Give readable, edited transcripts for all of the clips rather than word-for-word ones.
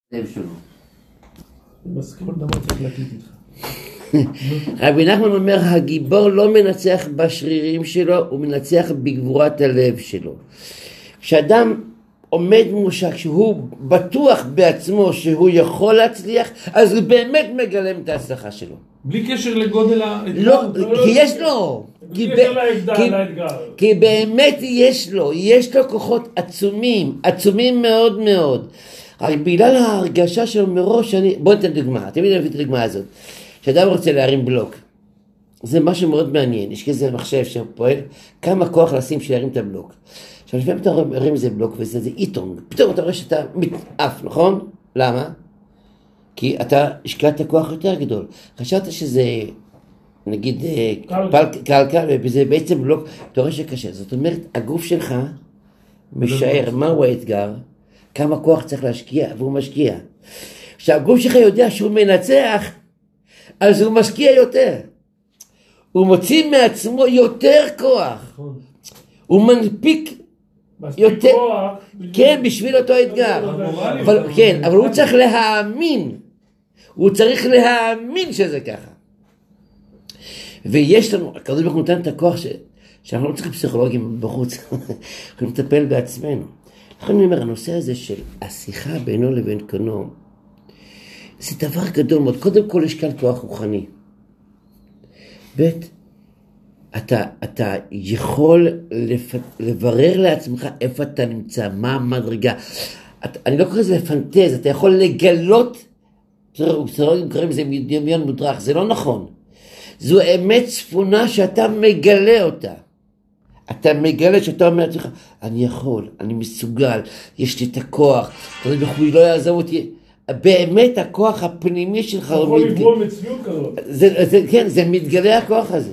לב שלו. מסכים דבר צריך להקליט איתך. רבי נחמן אומר, הגיבור לא מנצח בשרירים שלו, הוא מנצח בגבורת הלב שלו. כשאדם עומד מושק, כשהוא בטוח בעצמו שהוא יכול להצליח, אז הוא באמת מגלם את ההצלחה שלו. בלי קשר לגודל האתגר? לא, כי יש לו. בלי קשר לאתגר. כי באמת יש לו כוחות עצומים מאוד מאוד. רק בגלל ההרגשה שלו מראש, בוא ניתן דוגמה, תמיד אני מביא את הדוגמה הזאת. כשאדם רוצה להרים בלוק, זה משהו מאוד מעניין, יש כזה מחשב שפועל, כמה כוח לשים שירים את הבלוק. עכשיו, לפעמים אתה מרים איזה בלוק וזה איתון, פתאום אתה רואה שאתה מתעף, נכון? למה? כי אתה השקעת כוח יותר גדול. חשבת שזה, נגיד, קלקל, וזה בעצם בלוק, אתה רואה שקשה. זאת אומרת, הגוף שלך משער מהו האתגר, כמה כוח צריך להשקיע, והוא משקיע. כשהגוף שלך יודע שהוא מנצח, אז הוא משקיע יותר. הוא מוציא מעצמו יותר כוח. הוא מנפיק יותר. כן, בשביל אותו אתגר. אבל הוא צריך להאמין. הוא צריך להאמין שזה ככה. ויש לנו, הקדוש ברוך הוא נותן את הכוח שאנחנו לא צריכים פסיכולוגים בחוץ. אנחנו נטפל בעצמנו. לכן אני אומר, הנושא הזה של השיחה בינו לבין קונו, זה דבר גדול מאוד. קודם כל יש כאן כוח רוחני. ב' אתה יכול לברר לעצמך איפה אתה נמצא, מה המדרגה. אני לא קורא לזה לפנטז, אתה יכול לגלות, פסיכולוגים קוראים לזה דמיון מודרך, זה לא נכון. זו אמת צפונה שאתה מגלה אותה. אתה מגלה שאתה אומר לעצמך, אני יכול, אני מסוגל, יש לי את הכוח, הקדוש ברוך הוא לא יעזוב אותי. באמת הכוח הפנימי שלך אתה יכול לברוא מציאות כזאת. כן, זה מתגלה הכוח הזה.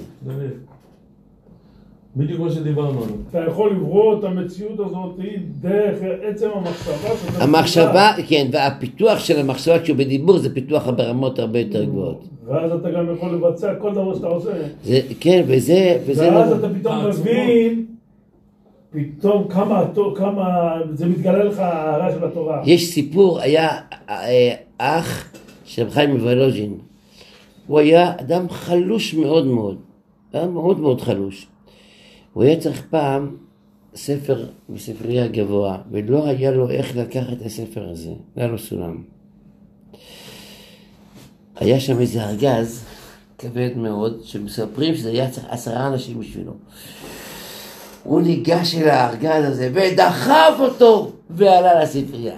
בדיוק מה שדיברנו. אתה יכול לברוא את המציאות הזאת דרך עצם המחשבה. המחשבה, כן, והפיתוח של המחשבה כשהוא בדיבור זה פיתוח ברמות הרבה יותר גבוהות. ואז אתה גם יכול לבצע כל דבר שאתה עושה. כן, וזה... ואז אתה פתאום מבין, פתאום כמה זה מתגלה לך הערה של התורה. יש סיפור, היה אח של חיים מוולוז'ין. הוא היה אדם חלוש מאוד מאוד. היה מאוד מאוד חלוש. הוא היה צריך פעם ספר בספרייה גבוה, ולא היה לו איך לקחת את הספר הזה. לא היה לו סולם. היה שם איזה ארגז כבד מאוד, שמספרים שזה היה צריך 10 אנשים בשבילו. הוא ניגש אל הארגז הזה ודחף אותו ועלה לספרייה.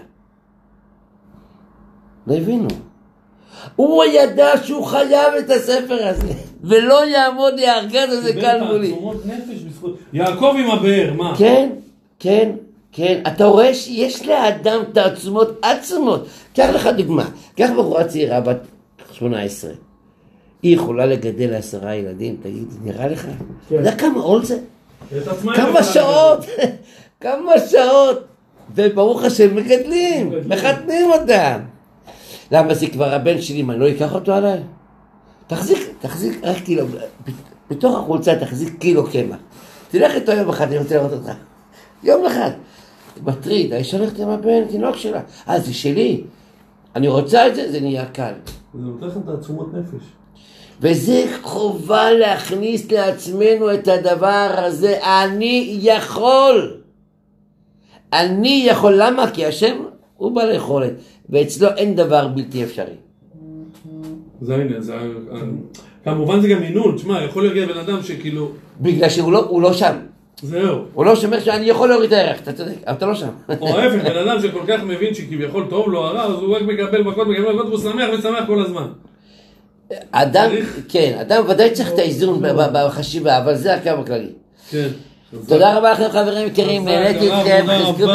לא הבינו. הוא ידע שהוא חייב את הספר הזה, ולא יעמוד לי הארגז הזה כאן מולי. יעקב עם הבאר, מה? כן, כן, כן. אתה רואה שיש לאדם תעצומות עצומות. קח לך דוגמה. קח בחורה צעירה בת 18. היא יכולה לגדל 10 ילדים, תגיד, נראה לך? אתה יודע כמה עול זה? כמה שעות? כמה שעות? וברוך השם מגדלים, מחתנים אותם. למה זה כבר הבן שלי, מה, לא ייקח אותו עליי? תחזיק רק קילו, בתוך החולצה תחזיק קילו קמח. תלך איתו יום אחד, אני רוצה לראות אותך. יום אחד. מטריד, האישה הולכת עם הבן, תינוק שלה. זה שלי. אני רוצה את זה, זה נהיה קל. זה נותן לכם תעצומות נפש. וזה חובה להכניס לעצמנו את הדבר הזה. אני יכול. למה? כי השם הוא בעל יכולת. ואצלו אין דבר בלתי אפשרי. זה העניין, כמובן זה גם מינון, תשמע, יכול להגיע בן אדם שכאילו... בגלל שהוא לא שם. זהו. הוא לא שומר שאני יכול להוריד את הערך, אתה צודק, אבל אתה לא שם. או ההפך, בן אדם שכל כך מבין שכביכול טוב לו הרע, אז הוא רק מקבל מכות, והוא שמח ושמח כל הזמן. אדם ודאי צריך את האיזון בחשיבה, אבל זה הקו הכללי. כן. תודה רבה לכם חברים יקרים, נהניתי אתכם.